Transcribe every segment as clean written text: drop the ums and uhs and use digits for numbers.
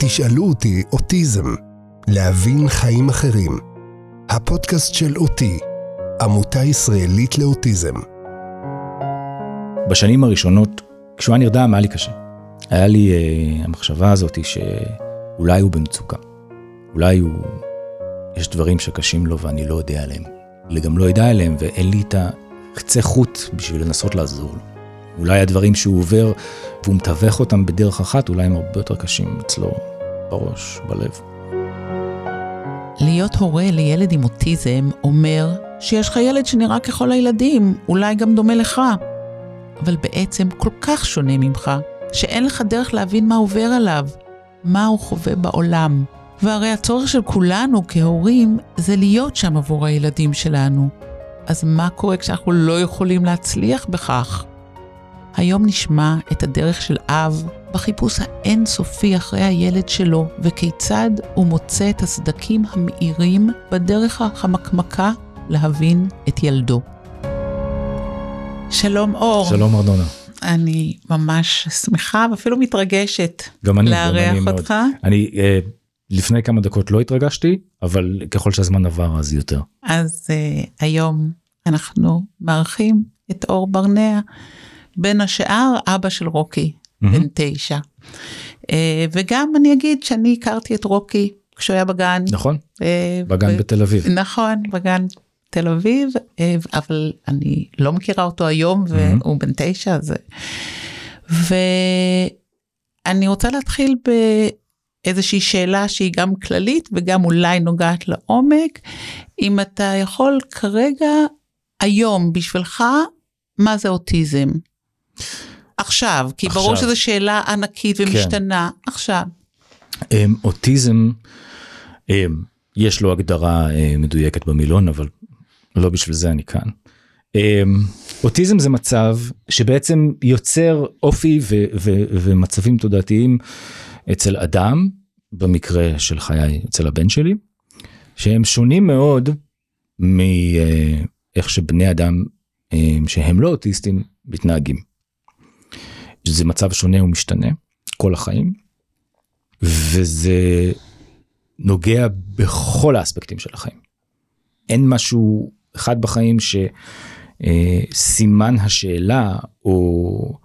תשאלו אותי אוטיזם, להבין חיים אחרים. הפודקאסט של אותי, עמותה ישראלית לאוטיזם. בשנים הראשונות, כשהוא היה נרדם, היה לי קשה. היה לי המחשבה הזאת שאולי הוא במצוקה. אולי יש דברים שקשים לו ואני לא יודע עליהם. גם לא יודע עליהם ואין לי את הקצה חוט בשביל לנסות לעזור לו. אולי הדברים שהוא עובר והוא מתווך אותם בדרך אחת, אולי הם הרבה יותר קשים אצלו בראש, בלב. להיות הורה לילד עם אוטיזם אומר שיש לך ילד שנראה ככל הילדים, אולי גם דומה לך, אבל בעצם כל כך שונה ממך, שאין לך דרך להבין מה עובר עליו, מה הוא חווה בעולם. והרי הצורך של כולנו כהורים זה להיות שם עבור הילדים שלנו. אז מה קורה כשאנחנו לא יכולים להצליח בכך? היום נשמע את הדרך של אב בחיפוש האינסופי אחרי הילד שלו, וכיצד הוא מוצא את הסדקים המאירים בדרך החמקמקה להבין את ילדו. שלום אור. שלום ארנונה. אני ממש שמחה ואפילו מתרגשת לארח אותך. אני לפני כמה דקות לא התרגשתי, אבל ככל שהזמן עבר אז יותר. אז היום אנחנו מארחים את אור ברנע, בין השאר אבא של רוקי, בן 9. וגם אני אגיד שאני הכרתי את רוקי כשהוא היה בגן. נכון, בגן בתל אביב. נכון, בגן תל אביב, אבל אני לא מכירה אותו היום, והוא בן 9. ואני רוצה להתחיל באיזושהי שאלה שהיא גם כללית, וגם אולי נוגעת לעומק. אם אתה יכול כרגע, היום בשבילך, מה זה אוטיזם? עכשיו, כי ברור שזו שאלה ענקית ומשתנה, עכשיו. אוטיזם, יש לו הגדרה מדויקת במילון, אבל לא בשביל זה אני כאן. אוטיזם זה מצב שבעצם יוצר אופי ומצבים תודעתיים אצל אדם, במקרה של חיי אצל הבן שלי, שהם שונים מאוד מאיך שבני אדם שהם לא אוטיסטים מתנהגים. זה מצב שונה ומשתנה כל החיים, וזה נוגע בכל האספקטים של החיים. אין משהו אחד בחיים שסימן השאלה או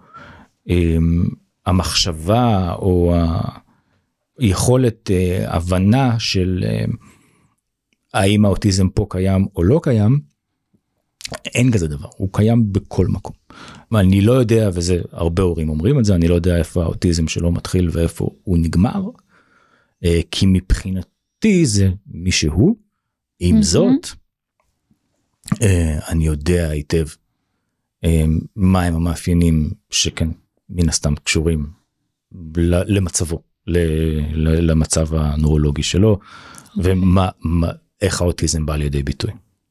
המחשבה או היכולת הבנה של האם האוטיזם פה קיים או לא קיים, אין כזה דבר, הוא קיים בכל מקום. אני לא יודע, וזה הרבה הורים אומרים את זה, אני לא יודע איפה האוטיזם שלו מתחיל ואיפה הוא נגמר, כי מבחינתי זה מישהו, עם זאת, אני יודע היטב מה הם המאפיינים שכן, מן הסתם קשורים למצבו, למצב הנורולוגי שלו, ואיך האוטיזם בא לידי ביטוי.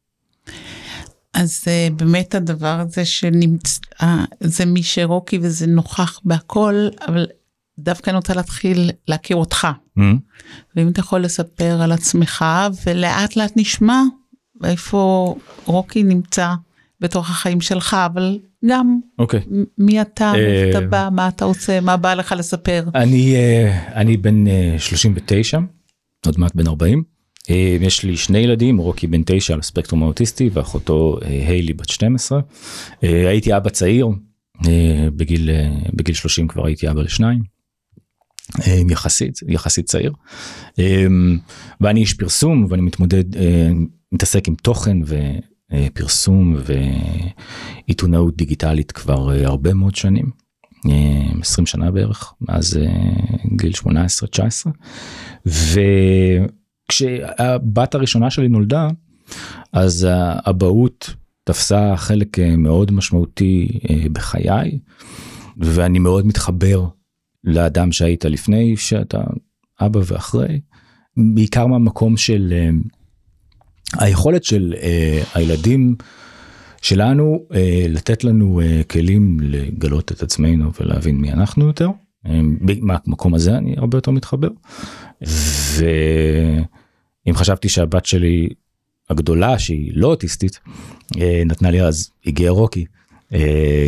אז באמת הדבר הזה זה מי שרוקי וזה נוכח בהכל, אבל דווקא אני רוצה להתחיל להכיר אותך. ואם אתה יכול לספר על עצמך, ולאט לאט נשמע איפה רוקי נמצא בתוך החיים שלך, אבל גם מי אתה, איפה אתה בא, מה אתה עושה, מה בא לך לספר. אני בן 39, עוד מעט בן 40. יש לי 2 ילדים, רוקי בן 9 על הספקטרום האוטיסטי, ואחותו היילי בת 12. הייתי אבא צעיר, בגיל 30 כבר הייתי אבא ל2, יחסית צעיר. ואני איש פרסום, ואני מתעסק עם תוכן ופרסום ועיתונאות דיגיטלית כבר הרבה מאוד שנים, 20 שנה בערך, מאז גיל 18-19. כשהבת הראשונה שלי נולדה, אז האבהות תפסה חלק מאוד משמעותי בחיי, ואני מאוד מתחבר לאדם שהיית לפני, שאתה אבא ואחרי, בעיקר מהמקום של היכולת של הילדים שלנו, לתת לנו כלים לגלות את עצמנו ולהבין מי אנחנו יותר. מהמקום הזה אני הרבה יותר מתחבר. ואם חשבתי שהבת שלי הגדולה, שהיא לא אוטיסטית, נתנה לי אז, הגיע רוקי,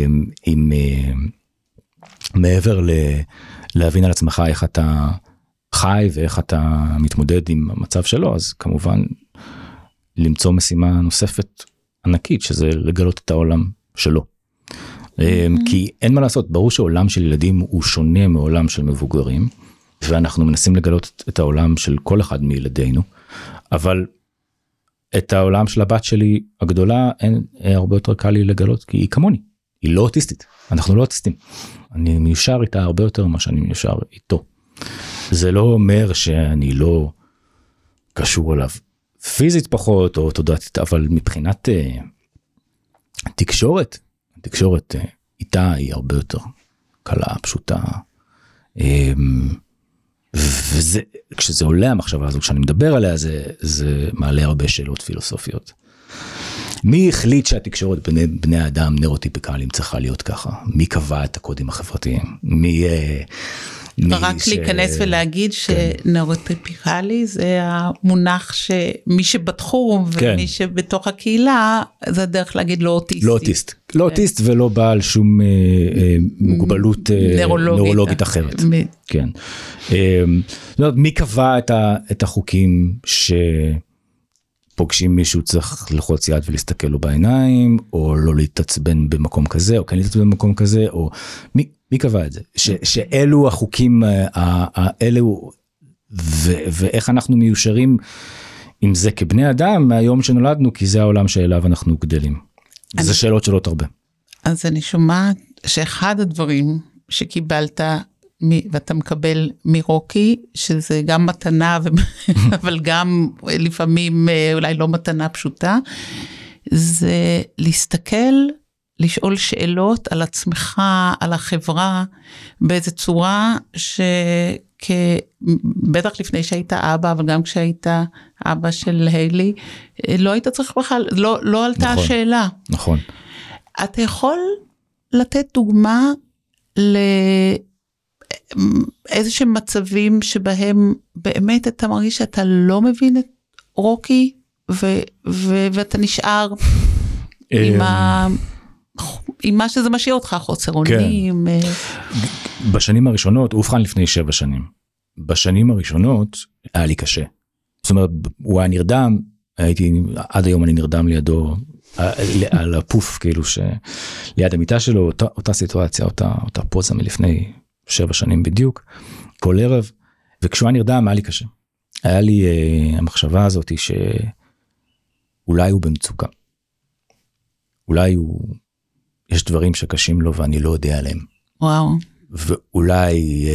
עם מעבר להבין על עצמך איך אתה חי ואיך אתה מתמודד עם המצב שלו, אז כמובן למצוא משימה נוספת ענקית, שזה לגלות את העולם שלו. כי אין מה לעשות, ברור שעולם של ילדים הוא שונה מעולם של מבוגרים, ואנחנו מנסים לגלות את העולם של כל אחד מילדינו, אבל את העולם של הבת שלי הגדולה, הרבה יותר קל לי לגלות, כי היא כמוני, היא לא אוטיסטית, אנחנו לא אוטיסטים. אני מיושר איתה הרבה יותר ממה שאני מיושר איתו. זה לא אומר שאני לא קשור אליו פיזית פחות, או תודעתית, אבל מבחינת תקשורת איתה היא הרבה יותר קלה, פשוטה. וזה, כשזה עולה המחשבה הזו, כשאני מדבר עליה, זה מעלה הרבה שאלות פילוסופיות. מי החליט שהתקשורת בני האדם נוירוטיפיקליים צריכה להיות ככה? מי קבע את הקודים החברתיים? רק להיכנס ולהגיד שנוירוטיפיקלי זה המונח שמי שבתחום ומי שבתוך הקהילה, זה הדרך להגיד לא אוטיסטי. לא אוטיסט. לא אוטיסט ולא בעל שום מוגבלות נוירולוגית אחרת. כן. זאת אומרת, מי קבע את החוקים פוגשים מישהו צריך ללחוץ יד ולהסתכל לו בעיניים, או לא להתעצבן במקום כזה, או כן להתעצבן במקום כזה, או מי קבע את זה? שאלו החוקים האלו, ואיך אנחנו מיושרים עם זה כבני אדם מהיום שנולדנו, כי זה העולם שאליו אנחנו גדלים. זה שאלות שאלות הרבה. אז אני שומעת שאחד הדברים שקיבלת, ואתה מקבל מרוקי, שזה גם מתנה, אבל גם לפעמים אולי לא מתנה פשוטה, זה להסתכל, לשאול שאלות על עצמך, על החברה, באיזו צורה בטח לפני שהיית אבא, אבל גם כשהיית אבא של היילי, לא היית צריך בכלל, לא עלתה השאלה. נכון. אתה יכול לתת דוגמה איזה שהם מצבים שבהם באמת אתה מרגיש שאתה לא מבין את רוקי, ואתה נשאר עם מה שזה משאיר אותך, חוסר אונים. בשנים הראשונות, הוא אובחן לפני 7 שנים. בשנים הראשונות היה לי קשה. זאת אומרת, הוא היה נרדם, עד היום אני נרדם לידו, על הפוף כאילו ליד המיטה שלו, אותה סיטואציה, אותה פוזה מלפני 7 שנים בדיוק, כל ערב, וכשהוא נרדם, היה לי קשה. היה לי המחשבה הזאת שאולי הוא במצוקה. אולי יש דברים שקשים לו ואני לא יודע עליהם. וואו. ואולי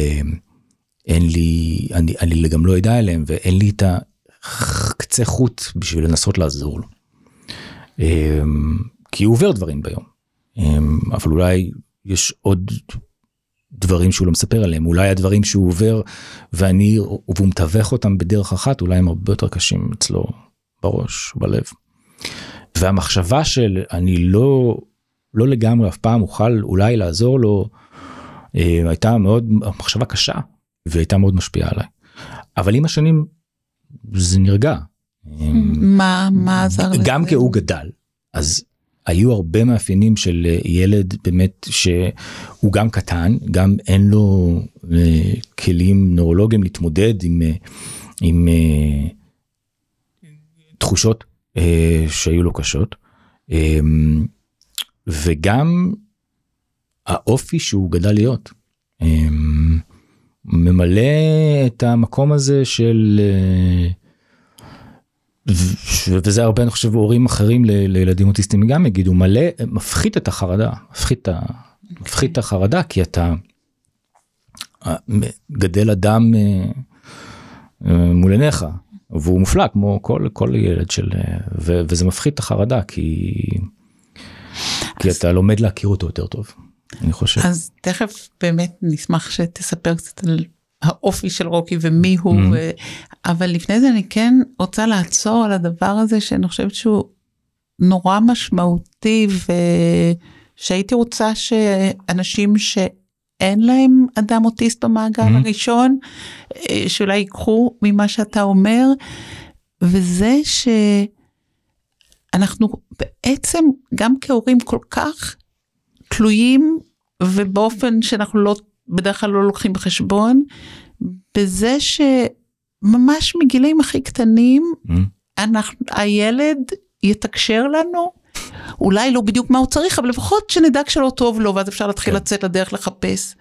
אני גם לא יודע עליהם, ואין לי את הקצה חוט בשביל לנסות לעזור לו. כי הוא עובר דברים ביום. אבל אולי יש עוד דברים שהוא לא מספר עליהם, אולי הדברים שהוא עובר, והוא מתווך אותם בדרך אחת, אולי הם הרבה יותר קשים אצלו בראש, בלב. והמחשבה של אני לא לגמרי אף פעם אוכל אולי לעזור לו, הייתה מאוד, מחשבה קשה, והייתה מאוד משפיעה עליי. אבל עם השנים, זה נרגע. מה עזר לזה? גם כי הוא גדל, אז היו הרבה מאפיינים של ילד באמת שהוא גם קטן, גם אין לו כלים נוירולוגיים להתמודד עם תחושות שהיו לו קשות, וגם האופי שהוא גדל להיות, ממלא את המקום הזה של, וזה הרבה אני חושב הורים אחרים לילדים אוטיסטים גם יגידו, מלא, מפחית את החרדה, מפחית את החרדה, כי אתה גדל אדם מול עיניך, והוא מופלא כמו כל ילד של, וזה מפחית את החרדה, כי אתה לומד להכיר אותו יותר טוב, אני חושב. אז תכף באמת נשמח שתספר קצת על האופי של רוקי ומי הוא, אבל לפני זה אני כן רוצה לעצור על הדבר הזה, שאני חושבת שהוא נורא משמעותי, ושהייתי רוצה שאנשים שאין להם אדם אוטיסט במעגל הראשון, שאולי ייקחו ממה שאתה אומר, וזה שאנחנו בעצם גם כהורים כל כך תלויים, ובאופן שאנחנו בדרך כלל לא לוקחים בחשבון, בזה שממש מגילים הכי קטנים, הילד יתקשר לנו, אולי לא בדיוק מה הוא צריך, אבל לפחות שנדע כשלא טוב לו, ואז אפשר להתחיל לצאת לדרך לחפש.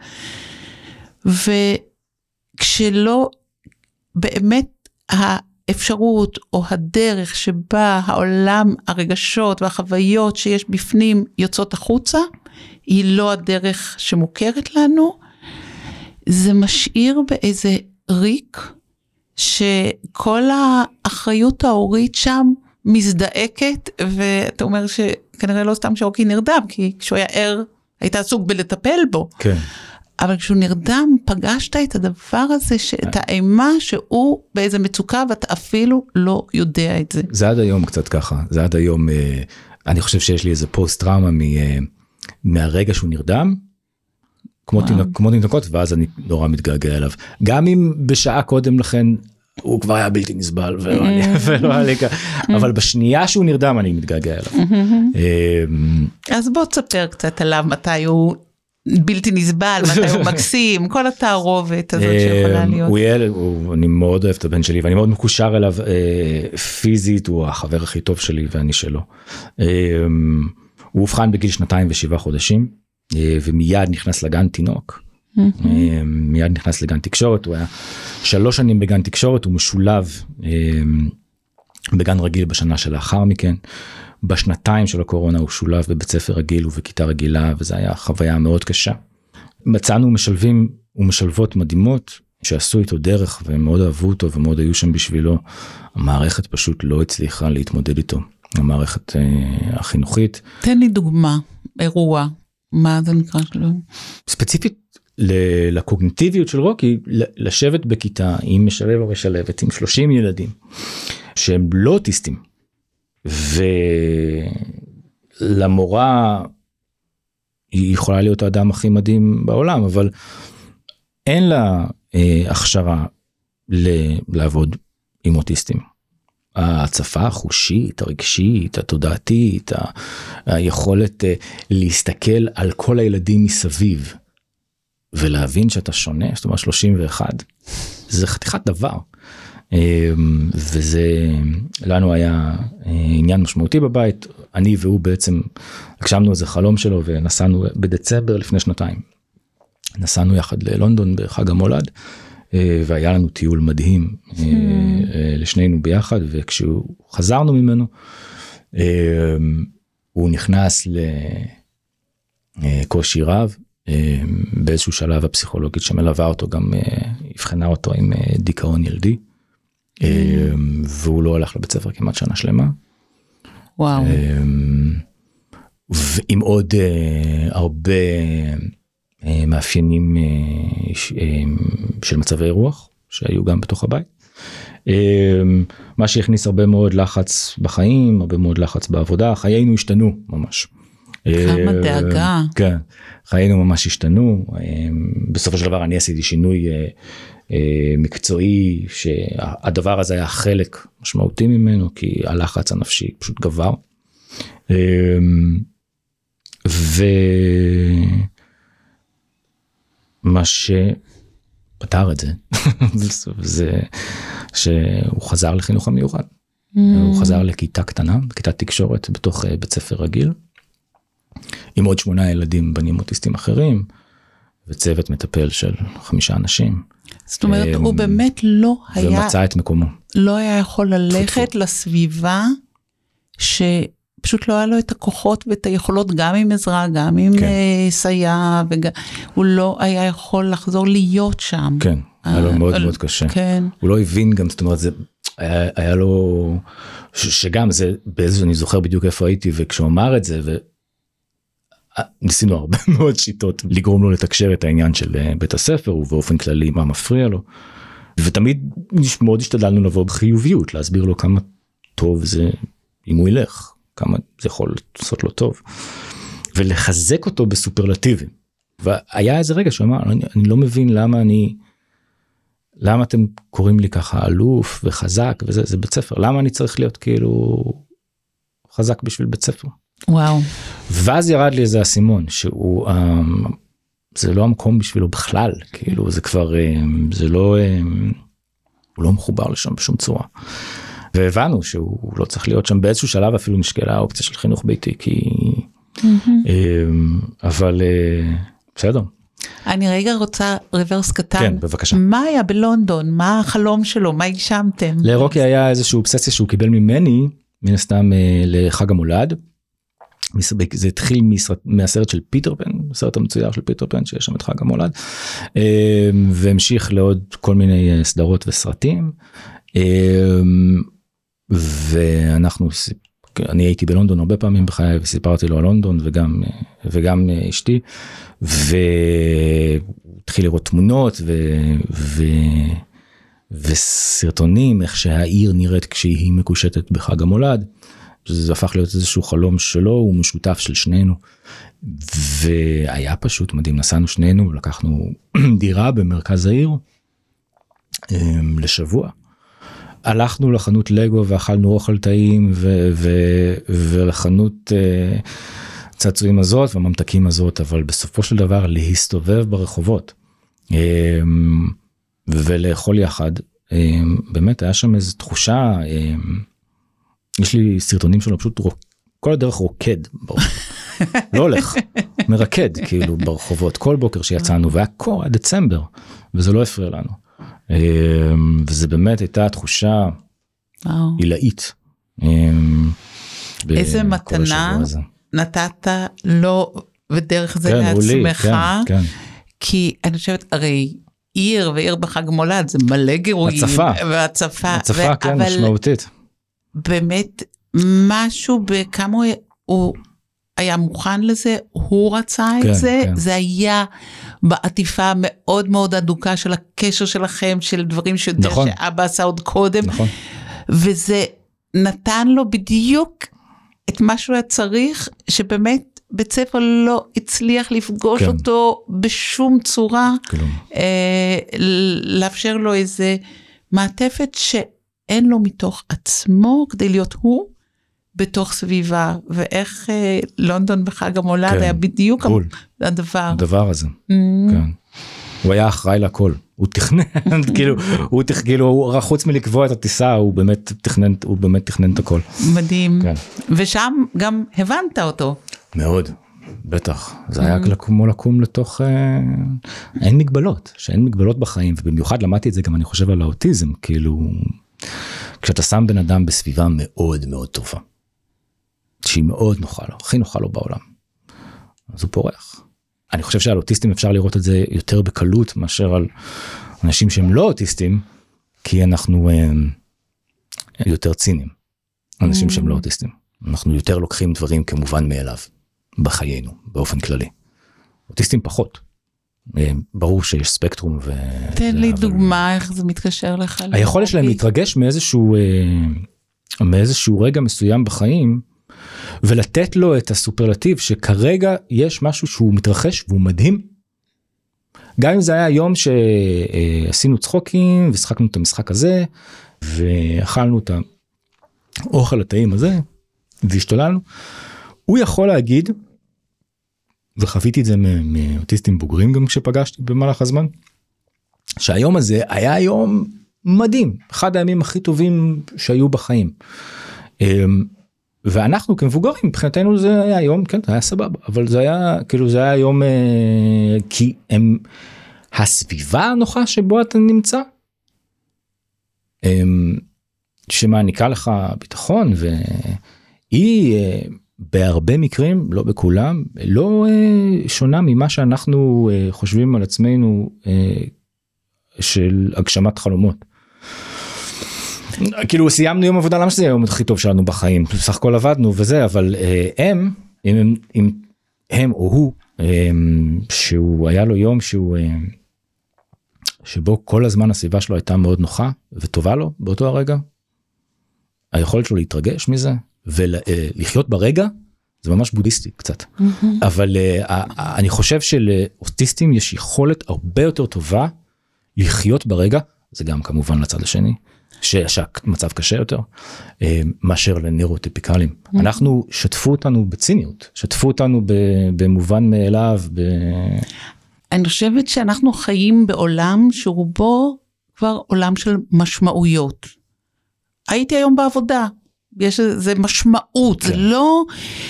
וכשלא באמת האפשרות או הדרך שבה העולם, הרגשות והחוויות שיש בפנים יוצאות החוצה, היא לא הדרך שמוכרת לנו, זה משאיר באיזה ריק, שכל האחריות ההורית שם מזדעקת, ואתה אומר שכנראה לא סתם שאוקי נרדם, כי כשהוא היה ער, היית עסוק בלטפל בו. כן. אבל כשהוא נרדם, פגשת את הדבר הזה, את האימה שהוא באיזה מצוקה, ואתה אפילו לא יודע את זה. זה עד היום קצת ככה, זה עד היום, אני חושב שיש לי איזה פוסט טראומה מהרגע שהוא נרדם, כמו תינוקות, ואז אני נורא מתגעגע אליו. גם אם בשעה קודם לכן, הוא כבר היה בלתי נסבל, ולא היה לי ככה, אבל בשנייה שהוא נרדם, אני מתגעגע אליו. אז בוא תספר קצת עליו, מתי הוא בלתי נסבל, מתי הוא מקסים, כל התערובת הזאת שיכולה להיות. הוא ילד, אני מאוד אוהב את הבן שלי, ואני מאוד מקושר אליו פיזית, הוא החבר הכי טוב שלי, ואני שלו. הוא הובחן בגיל 2.7 חודשים, ומיד נכנס לגן תינוק. מיד נכנס לגן תקשורת, הוא היה 3 שנים בגן תקשורת, הוא משולב בגן רגיל בשנה שלאחר מכן, בשנתיים של הקורונה הוא שולב בבית ספר רגיל ובכיתה רגילה, וזו היה חוויה מאוד קשה. מצאנו משלבים ומשלבות מדהימות, שעשו איתו דרך, והם מאוד אהבו אותו, ומאוד היו שם בשבילו. המערכת פשוט לא הצליחה להתמודד איתו, המערכת החינוכית. תן לי דוגמה, אירוע, מה זה נקרא שלו? ספציפית לקוגניטיביות של רוקי, לשבת בכיתה עם משלב או משלבת, עם 30 ילדים, שהם לא אוטיסטים, ולמורה היא יכולה להיות האדם הכי מדהים בעולם, אבל אין לה הכשרה לעבוד עם אוטיסטים. ההצפה החושית, הרגשית, התודעתית, היכולת להסתכל על כל הילדים מסביב, ולהבין שאתה שונה, זאת אומרת 31, זה חתיכת דבר. וזה לנו היה עניין משמעותי בבית, אני והוא בעצם הגשמנו איזה חלום שלו, ונסענו בדצמבר לפני 2 שנים, נסענו יחד ללונדון בחג המולד, והיה לנו טיול מדהים לשנינו ביחד, וכשהוא חזרנו ממנו, הוא נכנס לקושי רב, באיזשהו שלב הפסיכולוגית שמלווה אותו, גם הבחנה אותו עם דיכאון ילדי, והוא לא הלך לבית ספר כמעט שנה שלמה. וואו. ועם עוד הרבה מאפיינים של מצבי רוח, שהיו גם בתוך הבית. מה שהכניס הרבה מאוד לחץ בחיים, הרבה מאוד לחץ בעבודה, חיינו השתנו ממש. כמה דאגה. כן, חיינו ממש השתנו. בסופו של דבר אני עשיתי שינוי מקצועי, שהדבר הזה היה חלק משמעותי ממנו, כי הלחץ הנפשי פשוט גבר. ומה שפתר את זה, זה שהוא חזר לחינוך המיוחד. הוא חזר לכיתה קטנה, בכיתת תקשורת בתוך בית ספר רגיל, עם עוד 8 ילדים בנים אוטיסטים אחרים, וצוות מטפל של 5 אנשים. זאת אומרת, הוא באמת לא היה... ומצא את מקומו. לא היה יכול ללכת לסביבה, שפשוט לא היה לו את הכוחות ואת היכולות, גם עם עזרה, גם עם סייע, הוא לא היה יכול לחזור להיות שם. כן, היה לו מאוד מאוד קשה. כן. הוא לא הבין גם, זאת אומרת, היה לו... שגם זה, באיזו אני זוכר בדיוק איפה הייתי, וכשהוא אמר את זה, ניסינו הרבה מאוד שיטות לגרום לו לתקשר את העניין של בית הספר, ובאופן כללי מה מפריע לו, ותמיד מאוד השתדלנו לבוא בחיוביות, להסביר לו כמה טוב זה אם הוא ילך, כמה זה יכול לעשות לו טוב, ולחזק אותו בסופרלטיבים. והיה איזה רגע שהוא אמר, אני לא מבין למה אתם קוראים לי ככה אלוף וחזק, וזה בית ספר, למה אני צריך להיות כאילו חזק בשביל בית ספר? וואו. ואז ירד לי איזה אסימון, שהוא זה לא המקום בשבילו בכלל, כאילו זה כבר, זה לא, הוא לא מחובר לשם בשום צורה. והבנו שהוא לא צריך להיות שם באיזשהו שלב, אפילו נשקלה האופציה של חינוך ביתי, כי, אבל בסדר. אני רגע רוצה רוורס קטן. כן, בבקשה. מה היה בלונדון? מה החלום שלו? מה הגשמתם? לרוקי היה איזושהי אובססיה שהוא קיבל ממני, מן הסתם לחג המולד. זה התחיל מהסרט של פיטר פן, הסרט המצויר של פיטר פן, שיש שם את חג המולד, והמשיך לעוד כל מיני סדרות וסרטים, אני הייתי בלונדון הרבה פעמים בחיי, וסיפרתי לו על לונדון, וגם אשתי, והתחיל לראות תמונות, וסרטונים, איך שהעיר נראית כשהיא מקושטת בחג המולד, זה הפך להיות איזשהו חלום שלו, הוא משותף של שנינו, והיה פשוט מדהים, נסענו שנינו, לקחנו דירה במרכז העיר, לשבוע, הלכנו לחנות לגו, ואכלנו אוכל טעים, ולחנות צעצועים הזאת, והממתקים הזאת, אבל בסופו של דבר, להסתובב ברחובות, ולאכול יחד, באמת היה שם איזו תחושה, יש לי סרטונים שלו, פשוט כל הדרך רוקד, לא הולך, מרקד כאילו ברחובות, כל בוקר שיצאנו, והיה קור עד דצמבר, וזה לא הפריע לנו, וזה באמת הייתה תחושה עילאית. איזה מתנה נתת לו, ודרך זה לעצמך, כי אני חושבת, הרי עיר בחג מולד, זה מלא גירויים, הצפה, כן, משמעותית. באמת משהו בכמה הוא היה מוכן לזה, הוא רצה את זה, זה היה בעטיפה מאוד מאוד אדוקה של הקשר שלכם, של דברים שיודע שאבא עשה עוד קודם, וזה נתן לו בדיוק את מה שהוא היה צריך, שבאמת בית ספר לא הצליח לפגוש אותו בשום צורה, לאפשר לו איזה מעטפת אין לו מתוך עצמו, כדי להיות הוא, בתוך סביבה, ואיך לונדון בחג המולד היה בדיוק הדבר הזה. הוא היה אחראי לכל, הוא תכנן, כאילו, חוץ מלקבוע את הטיסה, הוא באמת תכנן את הכל. מדהים, ושם גם הבנת אותו. מאוד, בטח, זה היה כמו לקום לתוך, אין מגבלות, שאין מגבלות בחיים, ובמיוחד למדתי את זה גם אני חושב על האוטיזם, כאילו, כשאתה שם בן אדם בסביבה מאוד מאוד טובה, שהיא מאוד נוחה לו, הכי נוחה לו בעולם, אז הוא פורח. אני חושב שעל אוטיסטים אפשר לראות את זה יותר בקלות, מאשר על אנשים שהם לא אוטיסטים, כי אנחנו יותר ציניים, אנשים שהם לא אוטיסטים. אנחנו יותר לוקחים דברים כמובן מאליו, בחיינו, באופן כללי. אוטיסטים פחות. ברור שיש ספקטרום. תן לי דוגמה איך זה מתקשר לך. היכולת שלהם להתרגש מאיזשהו רגע מסוים בחיים, ולתת לו את הסופרלטיב שכרגע יש משהו שהוא מתרחש והוא מדהים. גם אם זה היה היום שעשינו צחוקים ושחקנו את המשחק הזה, ואכלנו את האוכל הטעים הזה, והשתוללנו, הוא יכול להגיד, וחוויתי את זה מאוטיסטים בוגרים גם כשפגשתי במהלך הזמן, שהיום הזה היה יום מדהים, אחד הימים הכי טובים שהיו בחיים. ואנחנו כמבוגרים, מבחינתנו זה היה יום, כן, זה היה סבבה, אבל זה היה, כאילו זה היה יום, כי הם, הסביבה הנוחה שבו אתה נמצא, שמעניקה לך ביטחון, והיא בהרבה מקרים, לא בכולם, לא שונה ממה שאנחנו חושבים על עצמנו, של הגשמת חלומות. כאילו סיימנו יום עבודה, למה שזה היום הכי טוב שלנו בחיים, בסך הכל עבדנו וזה, אבל הם או הוא, שהוא היה לו יום שבו כל הזמן הסביבה שלו הייתה מאוד נוחה וטובה לו באותו הרגע, היכולת שלו להתרגש מזה ולחיות ברגע, זה ממש בודהיסטי קצת, אבל אני חושב שלאוטיסטים יש יכולת הרבה יותר טובה לחיות ברגע, זה גם כמובן לצד השני, שהמצב קשה יותר, מאשר לנוירוטיפיקלים. אנחנו, שתפו אותנו בציניות, שתפו אותנו במובן מאליו. אני חושבת שאנחנו חיים בעולם שרובו כבר עולם של משמעויות. הייתי היום בעבודה, יש איזה משמעות, זה לא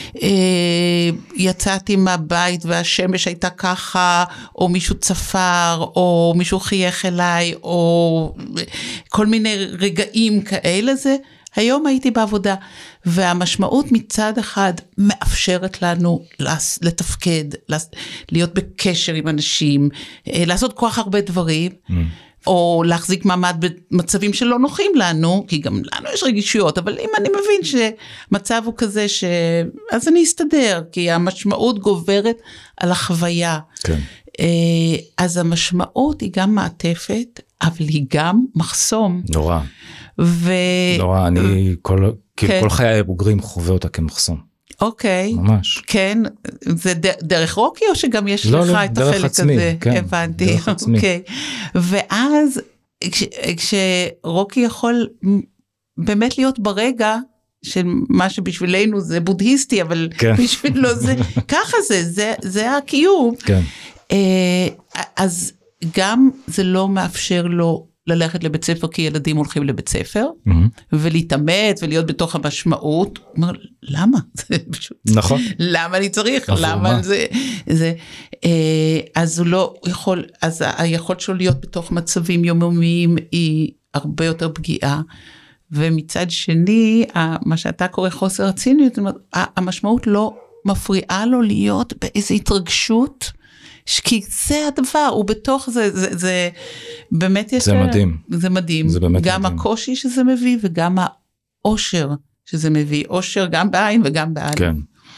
יצאתי מהבית והשמש הייתה ככה, או מישהו צפר, או מישהו חייך אליי, או כל מיני רגעים כאלה, זה היום הייתי בעבודה, והמשמעות מצד אחד מאפשרת לנו לתפקד, להיות בקשר עם אנשים, לעשות כל כך הרבה דברים, או להחזיק מעמד במצבים שלא נוחים לנו, כי גם לנו יש רגישויות, אבל אם אני מבין שמצב הוא כזה, אז אני אסתדר, כי המשמעות גוברת על החוויה. כן. אז המשמעות היא גם מעטפת, אבל היא גם מחסום. נורא. נורא, אני כל חיי הבוגרים חווה אותה כמחסום. אוקיי. ממש. כן, זה דרך רוקי או שגם יש לך את החלק הזה? כן, הבנתי. דרך עצמי. אוקיי. ואז כשרוקי יכול באמת להיות ברגע של מה שבשבילנו זה בודהיסטי, אבל בשבילו זה, ככה זה הקיום. כן. אז גם זה לא מאפשר לו ללכת לבית ספר, כי ילדים הולכים לבית ספר, ולהתאמץ ולהיות בתוך המשמעות, הוא אומר, למה? נכון. למה אני צריך? למה זה? אז הוא לא יכול, אז היכולת שלו להיות בתוך מצבים יומיומיים, היא הרבה יותר פגיעה, ומצד שני, מה שאתה קורא חוסר הציניות, המשמעות לא מפריעה לו להיות באיזו התרגשות, כי זה הדבר, הוא בתוך זה באמת יש... זה מדהים. זה מדהים. זה באמת גם מדהים. הקושי שזה מביא, וגם האושר שזה מביא. אושר גם בעין וגם בעין. כן.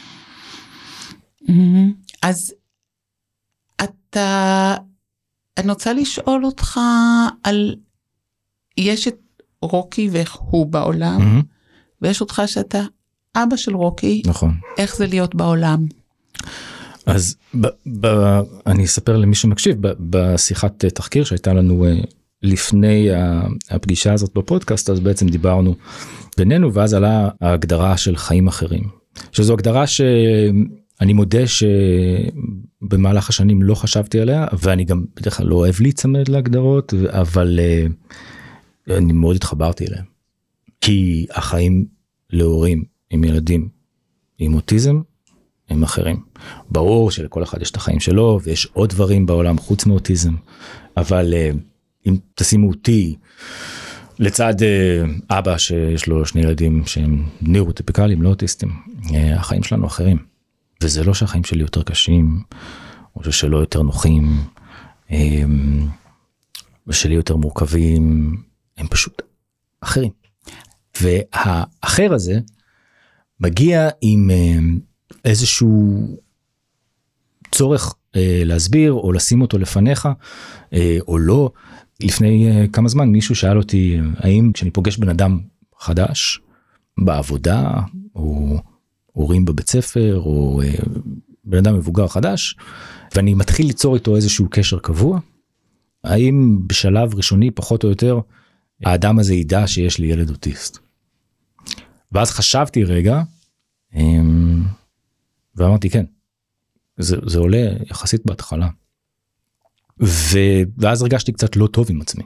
אז אני רוצה לשאול אותך על, יש את רוקי ואיך הוא בעולם, ויש אותך שאתה אבא של רוקי. נכון. איך זה להיות בעולם? אז אני אספר למי שמקשיב, בשיחת תחקיר שהייתה לנו לפני הפגישה הזאת בפודקאסט, אז בעצם דיברנו בינינו, ואז עלה ההגדרה של חיים אחרים, שזו הגדרה שאני מודה שבמהלך השנים לא חשבתי עליה, ואני גם בדרך כלל לא אוהב להיצמד להגדרות, אבל אני מאוד התחברתי אליהם, כי החיים להורים עם ילדים עם אוטיזם, הם אחרים. ברור שלכל אחד יש את החיים שלו, ויש עוד דברים בעולם חוץ מאוטיזם, אבל אם תשימו אותי לצד אבא שיש לו שני ילדים שהם ניורוטיפיקליים, לא אוטיסטים, החיים שלנו אחרים. וזה לא שהחיים שלי יותר קשים, או שלא יותר נוחים, ושלי יותר מורכבים, הם פשוט אחרים. והאחר הזה מגיע עם איזשהו צורך להסביר, או לשים אותו לפניך, או לא. לפני כמה זמן מישהו שאל אותי, האם כשאני פוגש בן אדם חדש, בעבודה, או הורים בבית ספר, או בן אדם מבוגר חדש, ואני מתחיל ליצור איתו איזשהו קשר קבוע, האם בשלב ראשוני פחות או יותר, האדם הזה ידע שיש לי ילד אוטיסט. ואז חשבתי רגע, ואמרתי כן, זה עולה יחסית בהתחלה. ואז הרגשתי קצת לא טוב עם עצמי.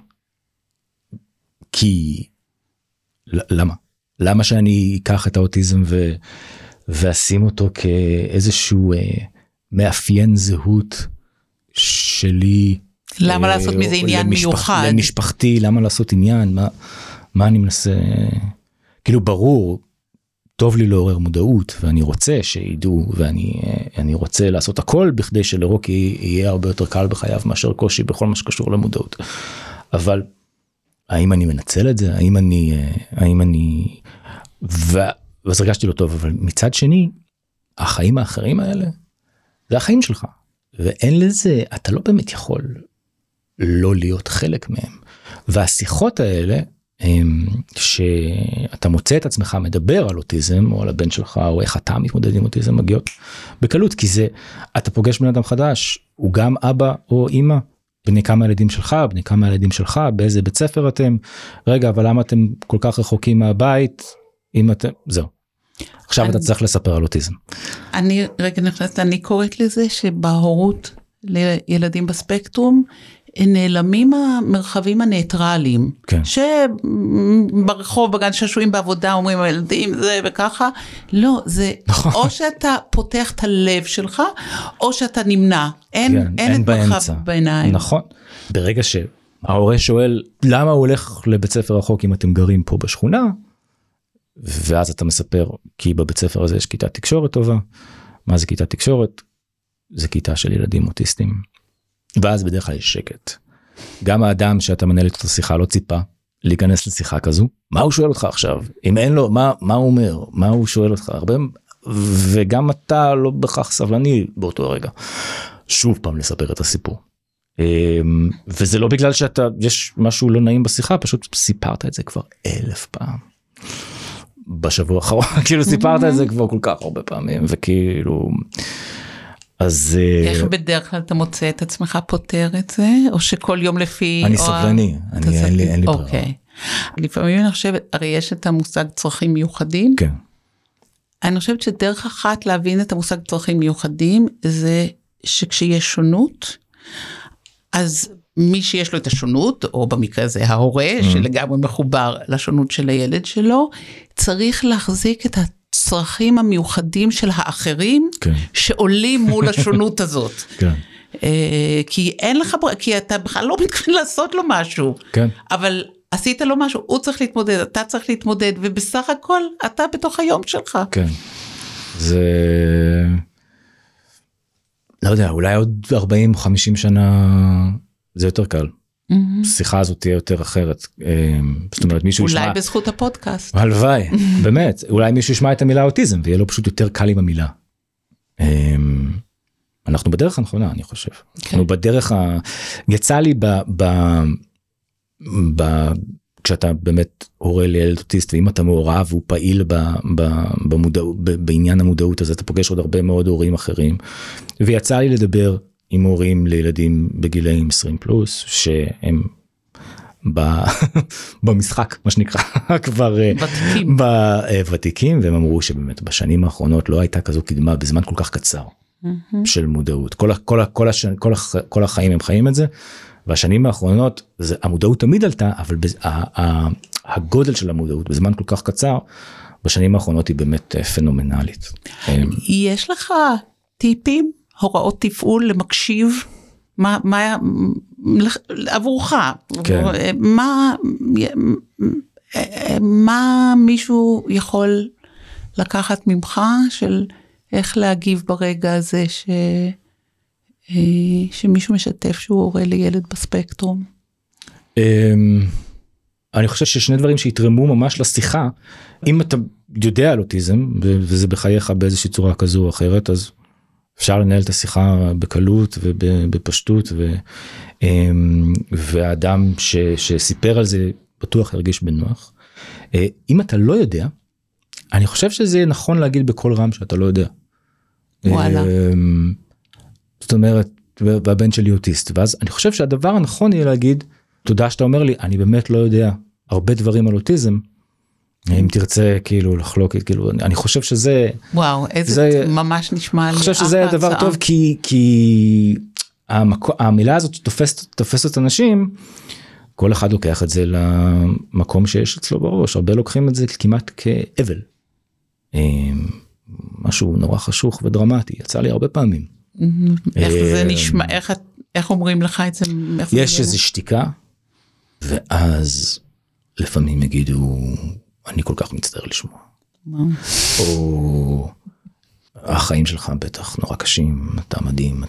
כי, למה? למה שאני אקח את האוטיזם ואשים אותו כאיזשהו מאפיין זהות שלי? למה לעשות מזה עניין מיוחד? למשפחתי, למה לעשות עניין? מה אני מנסה? כאילו ברור, טוב לי לעורר מודעות, ואני רוצה שידעו, ואני רוצה לעשות הכל, בכדי שלרוקי יהיה הרבה יותר קל בחייו, מאשר קושי בכל מה שקשור למודעות. אבל, האם אני מנצל את זה? האם אני, ואז הרגשתי לא טוב, אבל מצד שני, החיים האחרים האלה, זה החיים שלך. ואין לזה, אתה לא באמת יכול לא להיות חלק מהם. והשיחות האלה, שאתה מוצא את עצמך מדבר על אוטיזם, או על הבן שלך, או איך אתה מתמודד עם אוטיזם, מגיעות בקלות, כי זה, אתה פוגש בן אדם חדש, הוא גם אבא או אמא, בני כמה ילדים שלך, בני כמה ילדים שלך, באיזה בית ספר אתם, רגע, אבל למה אתם כל כך רחוקים מהבית, אם אתם, זהו. עכשיו אתה צריך לספר על אוטיזם. אני רגע נכנסת, אני קוראת לזה שבהורות לילדים בספקטרום, נעלמים המרחבים הניטרליים, כן. שברחוב, בגן שעשועים בעבודה, אומרים הילדים זה וככה, לא, זה או שאתה פותח את הלב שלך, או שאתה נמנע, אין את מרחב בעיניים. נכון, ברגע שההורה שואל, למה הוא הולך לבית ספר רחוק אם אתם גרים פה בשכונה, ואז אתה מספר, כי בבית ספר הזה יש כיתת תקשורת טובה, מה זה כיתת תקשורת? זה כיתה של ילדים אוטיסטים. ואז בדרך כלל יש שקט. גם האדם שאתה מנהל את השיחה לא ציפה להיכנס לשיחה כזו. מה הוא שואל אותך עכשיו? אם אין לו, מה הוא אומר? מה הוא שואל אותך? הרבה, וגם אתה לא בכך סבלני באותו רגע. שוב פעם לספר את הסיפור. וזה לא בגלל יש משהו לא נעים בשיחה, פשוט סיפרת את זה כבר 1000 פעם. בשבוע האחרון, כאילו סיפרת את זה כבר כל כך הרבה פעמים, וכאילו... אז... איך בדרך כלל אתה מוצא את עצמך פותר את זה, או שכל יום לפי... אני סבלני, אין לי ברירה. אוקיי. לפעמים אני חושבת, הרי יש את המושג צרכים מיוחדים. כן. אני חושבת שדרך אחת להבין את המושג צרכים מיוחדים, זה שכשיש שונות, אז מי שיש לו את השונות, או במקרה הזה ההורה, שלגמרי מחובר לשונות של הילד שלו, צריך להחזיק את הצרכים המיוחדים של האחרים, כן. שעולים מול השונות הזאת. כן. כי אין לך, כי אתה בכלל לא מתכוון לעשות לו משהו. כן. אבל עשית לו משהו, הוא צריך להתמודד, אתה צריך להתמודד, ובסך הכל אתה בתוך היום שלך. כן. זה... לא יודע, אולי עוד 40-50 שנה זה יותר קל. שיחה הזאת תהיה יותר אחרת. זאת אומרת, מישהו ישמע... אולי בזכות הפודקאסט. הלוואי, באמת. אולי מישהו ישמע את המילה אוטיזם, ויהיה לו פשוט יותר קל עם המילה. אנחנו בדרך הנכונה, אני חושב. אנחנו בדרך יצא לי כשאתה באמת הורה לילד אוטיסט, ואם אתה מעורב והוא פעיל בעניין המודעות הזה, אתה פוגש עוד הרבה מאוד הורים אחרים. ויצא לי לדבר עם הורים לילדים בגילאים 20 פלוס, שהם במשחק, מה שנקרא, כבר ותיקים, והם אמרו שבאמת בשנים האחרונות לא הייתה כזו קדמה בזמן כל כך קצר של מודעות. כל החיים הם חיים את זה, והשנים האחרונות, המודעות תמיד עלתה, אבל הגודל של המודעות בזמן כל כך קצר, בשנים האחרונות היא באמת פנומנלית. יש לך טיפים, הוראות תפעול למקשיב, עבורך, מה מישהו יכול לקחת ממך, של איך להגיב ברגע הזה שמישהו משתף שהוא הורה לילד בספקטרום? אני חושב ששני דברים שיתרמו ממש לשיחה, אם אתה יודע על אוטיזם, וזה בחייך באיזושהי צורה כזו או אחרת, אז אפשר לנהל את השיחה בקלות ובפשטות, והאדם שסיפר על זה בטוח ירגיש בנוח. אם אתה לא יודע, אני חושב שזה נכון להגיד בכל רם שאתה לא יודע. וואלה. זאת אומרת, והבן שלי אוטיסט, ואז אני חושב שהדבר הנכון יהיה להגיד, תודה שאתה אומר לי, אני באמת לא יודע הרבה דברים על אוטיזם, אם תרצה כאילו לחלוק, כאילו, אני חושב שזה... וואו, איזה ממש נשמע לי. אני חושב שזה דבר טוב, כי המילה הזאת תופסת את אנשים, כל אחד לוקח את זה למקום שיש אצלו בראש, הרבה לוקחים את זה כמעט כאבל. משהו נורא חשוך ודרמטי, יצא לי הרבה פעמים. איך זה נשמע, איך אומרים לך את זה? יש איזו שתיקה, ואז לפעמים יגידו, אני כל כך מצטער לשמוע. או החיים שלך בטח נורא קשים, אתה מדהים,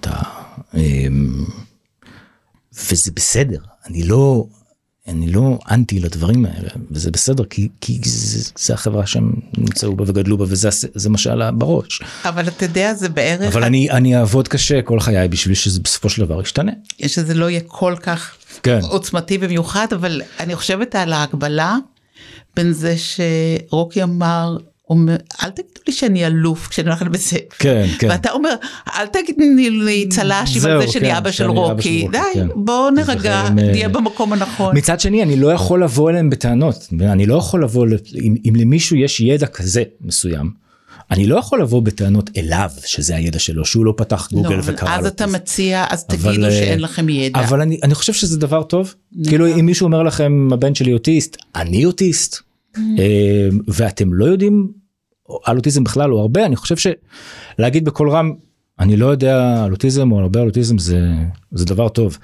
וזה בסדר, אני לא אנטי לדברים האלה, וזה בסדר, כי זה החברה שהם נמצאו בה וגדלו בה, וזה מה שעלה בראש. אבל אתה יודע, זה בערך... אבל אני אעבוד קשה כל חיי, בשביל שזה בסופו של דבר ישתנה. שזה לא יהיה כל כך עוצמתי במיוחד, אבל אני חושבת על ההגבלה, בין זה שרוקי אמר, אל תגידו לי שאני אלוף כשאני הולכת בזה. כן, כן. ואתה אומר, אל תגידו לי צל"ש עם זה שאני אבא של רוקי. די, בוא נרגע, נהיה במקום הנכון. מצד שני, אני לא יכול לבוא אליהם בטענות. אני לא יכול לבוא, אם למישהו יש ידע כזה מסוים, אני לא יכול לבוא בטענות אליו, שזה הידע שלו, שהוא לא פתח גוגל וקרא לו. אז אתה מציע, אז תגידו שאין לכם ידע. אבל אני חושב שזה דבר טוב. כאילו אם מישהו אומר לכם, הבן שלי אוטיסט, אני אוטיסט, ואתם לא יודעים על אוטיזם בכלל או הרבה, אני חושב שלהגיד בכל רם, אני לא יודע על אוטיזם או הרבה על אוטיזם, זה דבר טוב.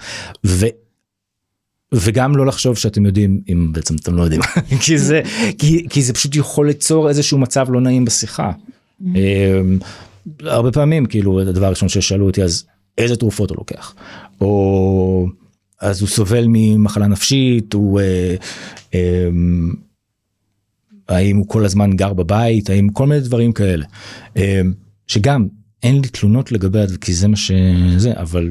וגם לא לחשוב שאתם יודעים, אם בעצם אתם לא יודעים, כי זה פשוט יכול ליצור איזשהו מצב לא נעים בשיחה. הרבה פעמים, כאילו, הדבר הראשון ששאלו אותי, אז איזה תרופות הוא לוקח? או אז הוא סובל ממחלה נפשית, האם הוא כל הזמן גר בבית, האם כל מיני דברים כאלה. שגם אין לי תלונות לגבי, כי זה מה שזה, אבל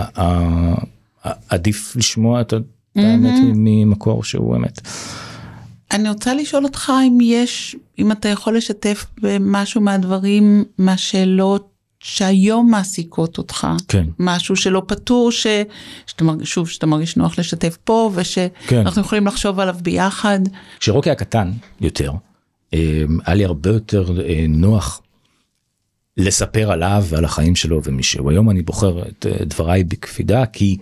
עדיף לשמוע את האמת ממקור שהוא אמת. אני רוצה לשאול אותך אם אתה יכול לשתף במשהו מהדברים, מהשאלות שהיום מעסיקות אותך. כן. משהו שלא פתור, שאתה מרגיש נוח לשתף פה, ושאנחנו יכולים לחשוב עליו ביחד. כשרוקי היה קטן יותר, היה לי הרבה יותר נוח לספר עליו ועל החיים שלו ומישהו. היום אני בוחר את דבריי בקפידה, כי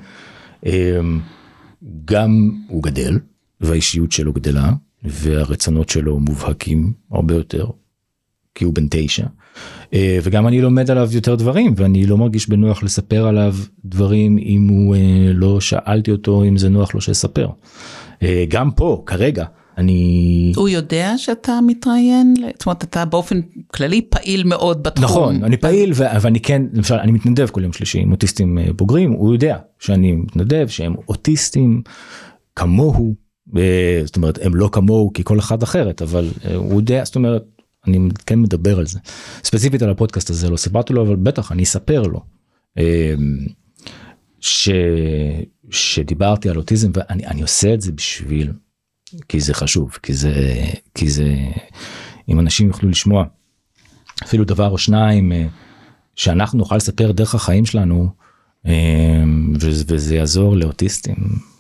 גם הוא גדל, והאישיות שלו גדלה, והרצונות שלו מובהקים הרבה יותר, כי הוא בן 9, וגם אני לומד עליו יותר דברים, ואני לא מרגיש בנוח לספר עליו דברים, אם הוא לא שאלתי אותו, אם זה נוח לו שיספר. גם פה, כרגע, הוא יודע שאתה מתראיין, זאת אומרת, אתה באופן כללי פעיל מאוד בתחום. נכון, אני פעיל, ואני כן, למשל, אני מתנדב כל יום שלישי עם אוטיסטים בוגרים, הוא יודע שאני מתנדב, שהם אוטיסטים כמוהו, זאת אומרת, הם לא כמוהו כי כל אחד אחרת, אבל הוא יודע, זאת אומרת, אני כן מדבר על זה. ספציפית על הפודקאסט הזה לא סיפרתי לו, אבל בטח אני אספר לו, שדיברתי על אוטיזם, ואני עושה את זה בשביל, כי זה חשוב, כי זה, אם אנשים יוכלו לשמוע, אפילו דבר או שניים, שאנחנו נוכל לספר דרך החיים שלנו, וזה יעזור לאוטיסטים,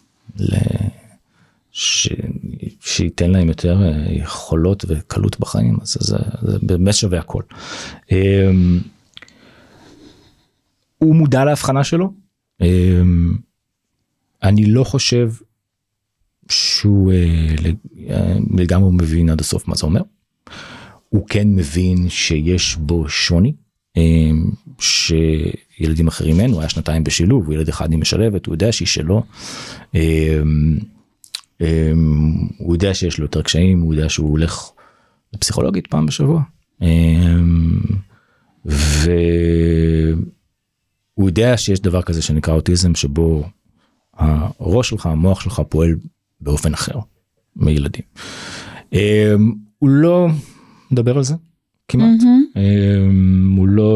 שייתן להם יותר יכולות וקלות בחיים, אז זה באמת שווה הכל. הוא מודע להבחנה שלו, אני לא חושב שהוא לגמרי מבין עד הסוף מה זה אומר, הוא כן מבין שיש בו שוני, שילדים אחרים אין, הוא היה 2 בשילוב, הוא ילד אחד עם משלבת, הוא יודע שהיא שלו, הוא יודע שיש לו יותר קשיים, הוא יודע שהוא הולך לפסיכולוגית פעם בשבוע, והוא יודע שיש דבר כזה שנקרא אוטיזם, שבו הראש שלך, המוח שלך פועל באופן אחר מילדים. הוא לא מדבר על זה כמעט, הוא לא,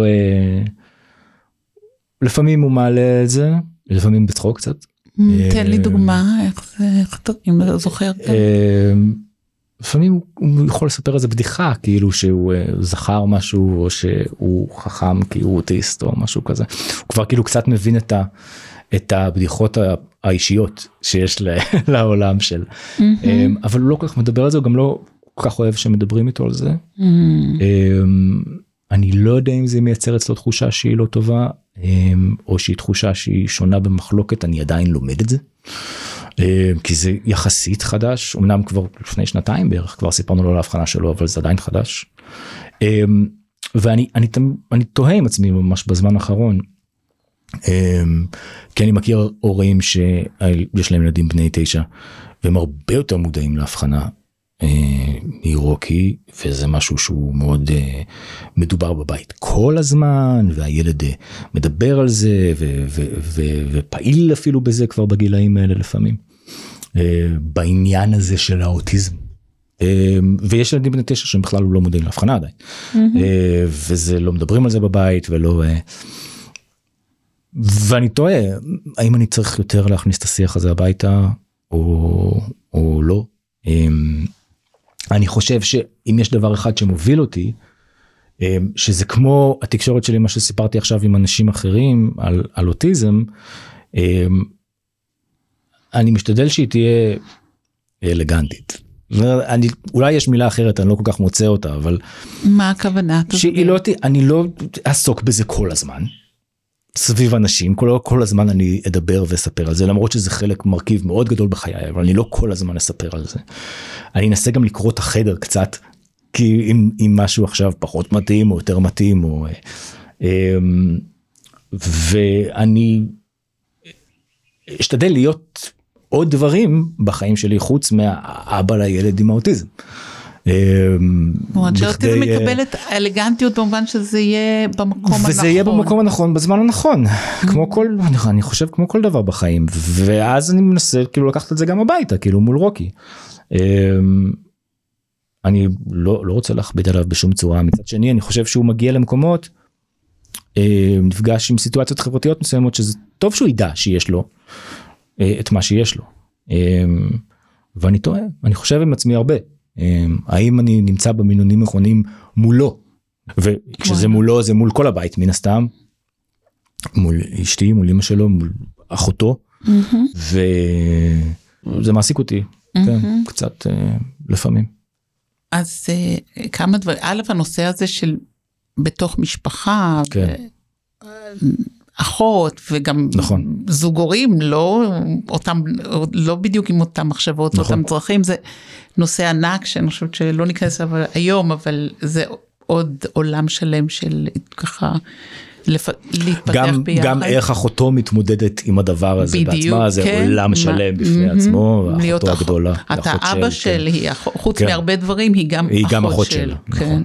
לפעמים הוא מעלה את זה, לפעמים בצחוק קצת. תן לי דוגמה, אם אתה זוכר. לפעמים הוא יכול לספר איזה בדיחה, כאילו שהוא זכר משהו, או שהוא חכם כי הוא אוטיסט, או משהו כזה. הוא כבר כאילו קצת מבין את הבדיחות האישיות שיש לעולם של, אבל הוא לא כל כך מדבר על זה, הוא גם לא כל כך אוהב שמדברים איתו על זה. אני לא יודע אם זה מייצר אצלו תחושה שהיא לא טובה, או שהיא תחושה שהיא שונה במחלוקת, אני עדיין לומד את זה, כי זה יחסית חדש, אמנם כבר לפני 2 בערך, כבר סיפרנו לו על ההבחנה שלו, אבל זה עדיין חדש. ואני תוהה עם עצמי ממש בזמן האחרון, כי אני מכיר הורים שיש להם ילדים בני 9, והם הרבה יותר מודעים להבחנה מרוקי, וזה משהו שהוא מאוד מדובר בבית כל הזמן, והילד מדבר על זה, ופעיל אפילו בזה כבר בגילאים האלה לפעמים, בעניין הזה של האוטיזם. ויש ילדים בני 9 שהם בכלל לא מודעים להבחנה עדיין, וזה לא מדברים על זה בבית, ולא, ואני טועה, האם אני צריך יותר להכניס את השיח הזה הביתה, או לא. אני חושב שאם יש דבר אחד שמוביל אותי, שזה כמו התקשורת שלי, מה שסיפרתי עכשיו עם אנשים אחרים על אוטיזם, אני משתדל שהיא תהיה אלגנטית. אולי יש מילה אחרת, אני לא כל כך מוצא אותה, אבל... מה הכוונה? אני לא אעסוק בזה כל הזמן, סביב אנשים, כל הזמן אני אדבר ואספר על זה, למרות שזה חלק מרכיב מאוד גדול בחיי, אבל אני לא כל הזמן אספר על זה. אני אנסה גם לקרוא את החדר קצת, כי אם משהו עכשיו פחות מתאים, או יותר מתאים, ואני אשתדל להיות עוד דברים בחיים שלי, חוץ מהאבא לילד עם האוטיזם. שאוטיזם מקבל את האלגנטיות במובן שזה יהיה במקום הנכון. וזה יהיה במקום הנכון, בזמן הנכון. אני חושב כמו כל דבר בחיים. ואז אני מנסה כאילו לקחת את זה גם הביתה, כאילו מול רוקי. אני לא רוצה להכביד עליו בשום צורה. מצד שני, אני חושב שהוא מגיע למקומות, נפגש עם סיטואציות חברתיות מסוימות, שזה טוב שהוא ידע שיש לו את מה שיש לו. ואני טועה, אני חושב עם עצמי הרבה. האם אני נמצא במינונים נכונים מולו, וכשזה מולו זה מול כל הבית מן הסתם, מול אשתי, מול אמא שלו, מול אחותו, וזה מעסיק אותי, קצת לפעמים. אז כמה דברים, א', הנושא הזה של בתוך משפחה, אחות וגם זוג הורים, לא בדיוק עם אותם מחשבות, אותם צרכים, זה נושא ענק שאני חושבת שלא ניכנס היום, אבל זה עוד עולם שלם של ככה להתפתח ביחד. גם איך אחותו מתמודדת עם הדבר הזה בעצמה, זה עולם שלם בפני עצמו, אחותו הגדולה. אתה אבא שלי, חוץ מהרבה דברים, היא גם אחות שלה. כן.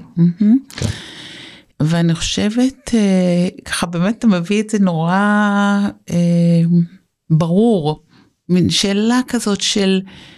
ואני חושבת, ככה באמת אתה מביא את זה נורא ברור, מין שאלה כזאת של,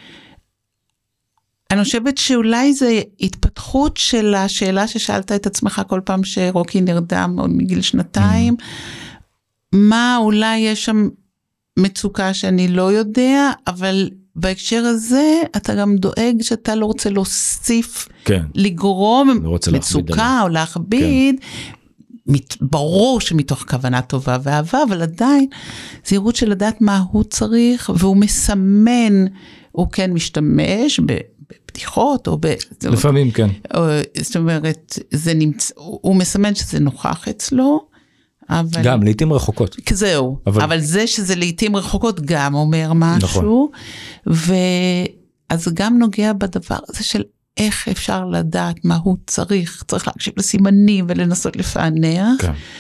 אני חושבת שאולי זה התפתחות של השאלה ששאלת את עצמך כל פעם שרוקי נרדם עוד מגיל 2, מה אולי יש שם מצוקה שאני לא יודע, אבל בהקשר הזה אתה גם דואג שאתה לא רוצה להוסיף, לגרום מצוקה או להכביד, ברור שמתוך כוונה טובה ואהבה, אבל עדיין זהירות של לדעת מה הוא צריך, והוא מסמן, הוא כן משתמש בבדיחות, או לפעמים כן. זאת אומרת, הוא מסמן שזה נוכח אצלו, אבל... גם, לעתים רחוקות. זהו, אבל זה שזה לעתים רחוקות גם אומר משהו, ואז גם נוגע בדבר הזה של איך אפשר לדעת מה הוא צריך להקשיב לסימנים ולנסות לפענח,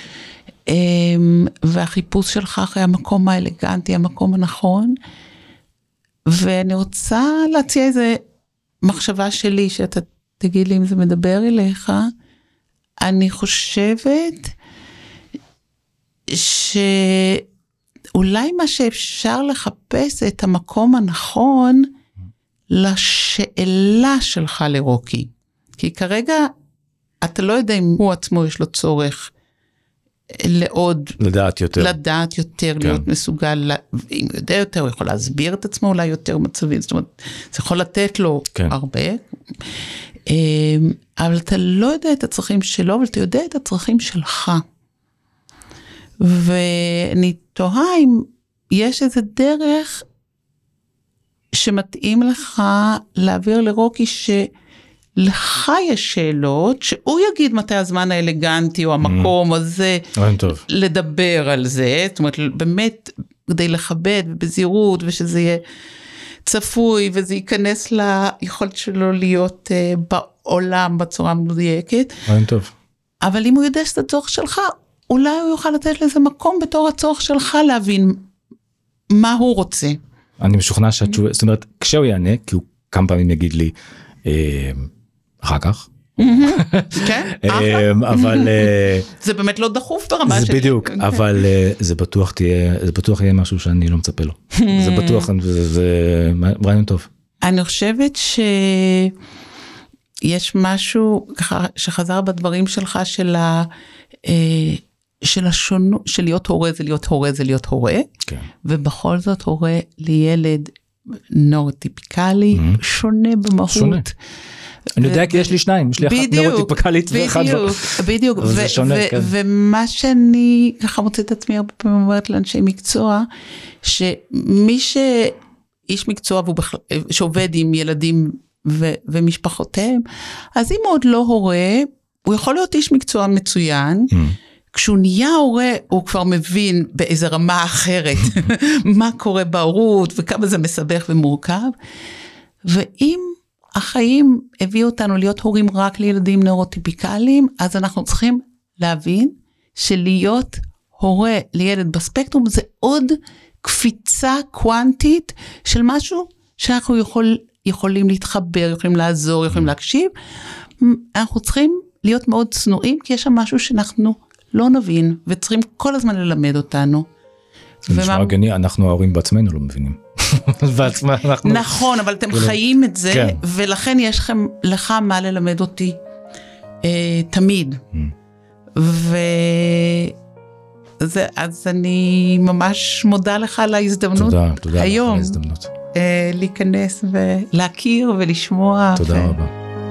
והחיפוש שלך אחרי המקום האלגנטי, המקום הנכון, ואני רוצה להציע איזה מחשבה שלי, שאתה תגיד לי אם זה מדבר אליך, אני חושבת שאולי מה שאפשר לחפש את המקום הנכון לשאלה שלך לרוקי. כי כרגע אתה לא יודע אם הוא עצמו יש לו צורך לדעת יותר, להיות מסוגל, אם הוא יודע יותר, הוא יכול להסביר את עצמו אולי יותר מצבים, זאת אומרת, זה יכול לתת לו הרבה, אבל אתה לא יודע את הצרכים שלו, אבל אתה יודע את הצרכים שלך. ואני תוהה אם יש איזה דרך שמתאים לך להעביר לרוקי שלך יש שאלות, שהוא יגיד מתי הזמן האלגנטי או המקום הזה, לדבר על זה, זאת אומרת באמת כדי לכבד ובזהירות ושזה יהיה צפוי וזה ייכנס ליכולת שלו להיות בעולם בצורה מדויקת. אבל אם הוא יודע שזה הצורך שלך, אולי הוא יוכל לתת לזה מקום בתור הצורך שלך להבין מה הוא רוצה. אני משוכנע שהתשובה, זאת אומרת, כשהוא יענה, כי הוא כמה פעמים יגיד לי, אחר כך. כן, אבל... זה באמת לא דחוף ברמה שלי. זה בדיוק, אבל זה בטוח יהיה משהו שאני לא מצפה לו. זה בטוח, זה רעיון טוב. אני חושבת שיש משהו שחזר בדברים שלך של השונות, של להיות הורה זה להיות הורה זה להיות הורה, ובכל זאת הורה לילד נורוטיפיקלי, שונה במהות. שונה. אני יודע כי יש לי שניים, יש לי אחת נורוטיפיקלית ואחד לא. בדיוק, ומה שאני ככה מוצאת את עצמי הרבה פעמים אומרת לאנשי מקצוע, שמי שאיש מקצוע שעובד עם ילדים ומשפחותיהם. אז אם הוא עוד לא הורה, הוא יכול להיות איש מקצוע מצוין, כשהוא נהיה הורה, הוא כבר מבין באיזה רמה אחרת, מה קורה בהורות, וכמה זה מסבך ומורכב, ואם החיים הביאו אותנו להיות הורים רק לילדים נוירוטיפיקליים, אז אנחנו צריכים להבין, שלהיות הורה לילד בספקטרום, זה עוד קפיצה קוונטית, של משהו שאנחנו יכולים להתחבר, יכולים לעזור, יכולים להקשיב, אנחנו צריכים להיות מאוד צנועים, כי יש שם משהו שאנחנו לא נבין, וצריכים כל הזמן ללמד אותנו. זה נשמע הגני, אנחנו ההורים בעצמנו לא מבינים. נכון, אבל אתם חיים את זה, ולכן יש לך מה ללמד אותי תמיד. אז אני ממש מודה לך על ההזדמנות היום. להיכנס ולהכיר ולשמוע. תודה רבה.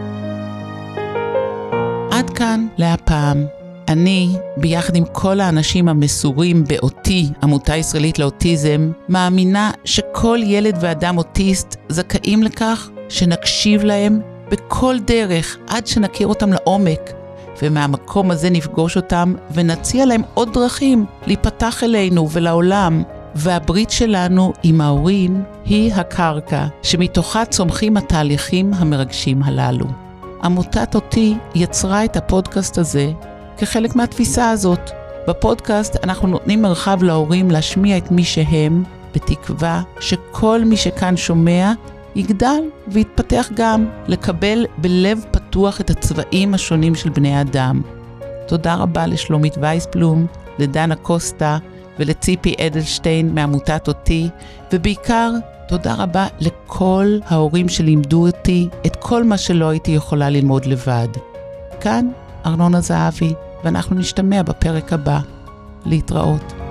עד כאן להפעם. אני, ביחד עם כל האנשים המסורים באותי, עמותה ישראלית לאוטיזם, מאמינה שכל ילד ואדם אוטיסט זכאים לכך שנקשיב להם בכל דרך עד שנכיר אותם לעומק, ומהמקום הזה נפגוש אותם ונציע להם עוד דרכים להיפתח אלינו ולעולם. והברית שלנו עם ההורים היא הקרקע שמתוכה צומחים התהליכים המרגשים הללו. עמותת אותי יצרה את הפודקאסט הזה כחלק מהתפיסה הזאת. בפודקאסט אנחנו נותנים מרחב להורים להשמיע את מי שהם, בתקווה שכל מי שכאן שומע יגדל ויתפתח גם, לקבל בלב פתוח את הצבעים השונים של בני האדם. תודה רבה לשלומית וייסבלום, לדנה קוסטה ולציפי אדלשטיין מעמותת אותי, ובעיקר תודה רבה לכל ההורים שלימדו אותי את כל מה שלא הייתי יכולה ללמוד לבד. כאן ארנונה זהבי, ואנחנו נשתמע בפרק הבא. להתראות.